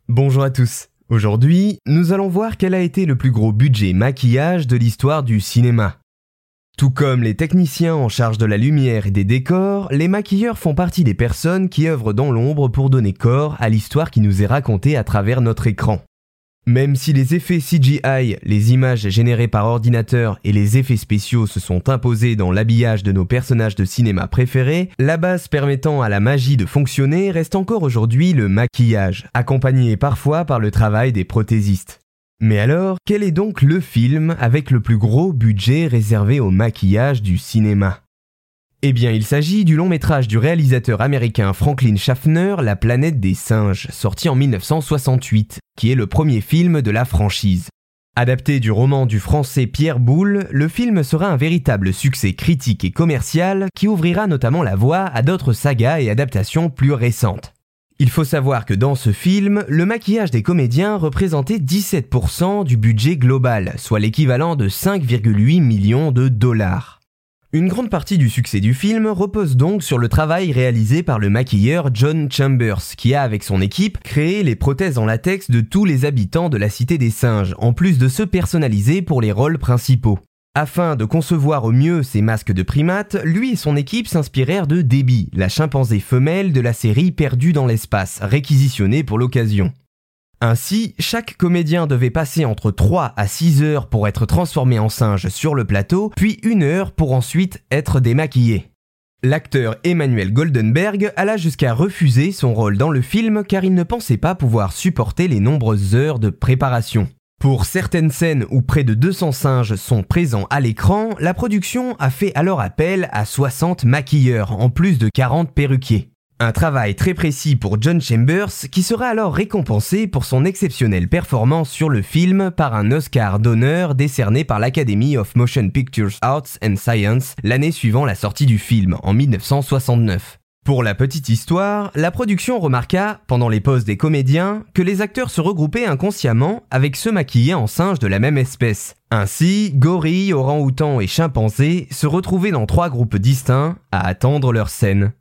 Bonjour à tous. Aujourd'hui, nous allons voir quel a été le plus gros budget maquillage de l'histoire du cinéma. Tout comme les techniciens en charge de la lumière et des décors, les maquilleurs font partie des personnes qui œuvrent dans l'ombre pour donner corps à l'histoire qui nous est racontée à travers notre écran. Même si les effets CGI, les images générées par ordinateur et les effets spéciaux se sont imposés dans l'habillage de nos personnages de cinéma préférés, la base permettant à la magie de fonctionner reste encore aujourd'hui le maquillage, accompagné parfois par le travail des prothésistes. Mais alors, quel est donc le film avec le plus gros budget réservé au maquillage du cinéma ? Eh bien, il s'agit du long métrage du réalisateur américain Franklin Schaffner, La planète des singes, sorti en 1968, qui est le premier film de la franchise. Adapté du roman du français Pierre Boulle, le film sera un véritable succès critique et commercial qui ouvrira notamment la voie à d'autres sagas et adaptations plus récentes. Il faut savoir que dans ce film, le maquillage des comédiens représentait 17% du budget global, soit l'équivalent de 5,8 millions de dollars. Une grande partie du succès du film repose donc sur le travail réalisé par le maquilleur John Chambers, qui a avec son équipe créé les prothèses en latex de tous les habitants de la Cité des Singes, en plus de ceux personnalisés pour les rôles principaux. Afin de concevoir au mieux ces masques de primates, lui et son équipe s'inspirèrent de Debbie, la chimpanzé femelle de la série Perdue dans l'espace, réquisitionnée pour l'occasion. Ainsi, chaque comédien devait passer entre 3 à 6 heures pour être transformé en singe sur le plateau, puis 1 heure pour ensuite être démaquillé. L'acteur Emmanuel Goldenberg alla jusqu'à refuser son rôle dans le film car il ne pensait pas pouvoir supporter les nombreuses heures de préparation. Pour certaines scènes où près de 200 singes sont présents à l'écran, la production a fait alors appel à 60 maquilleurs, en plus de 40 perruquiers. Un travail très précis pour John Chambers qui sera alors récompensé pour son exceptionnelle performance sur le film par un Oscar d'honneur décerné par l'Academy of Motion Picture Arts and Science l'année suivant la sortie du film, en 1969. Pour la petite histoire, la production remarqua, pendant les pauses des comédiens, que les acteurs se regroupaient inconsciemment avec ceux maquillés en singes de la même espèce. Ainsi, gorilles, orang-outans et chimpanzés se retrouvaient dans 3 groupes distincts à attendre leur scène.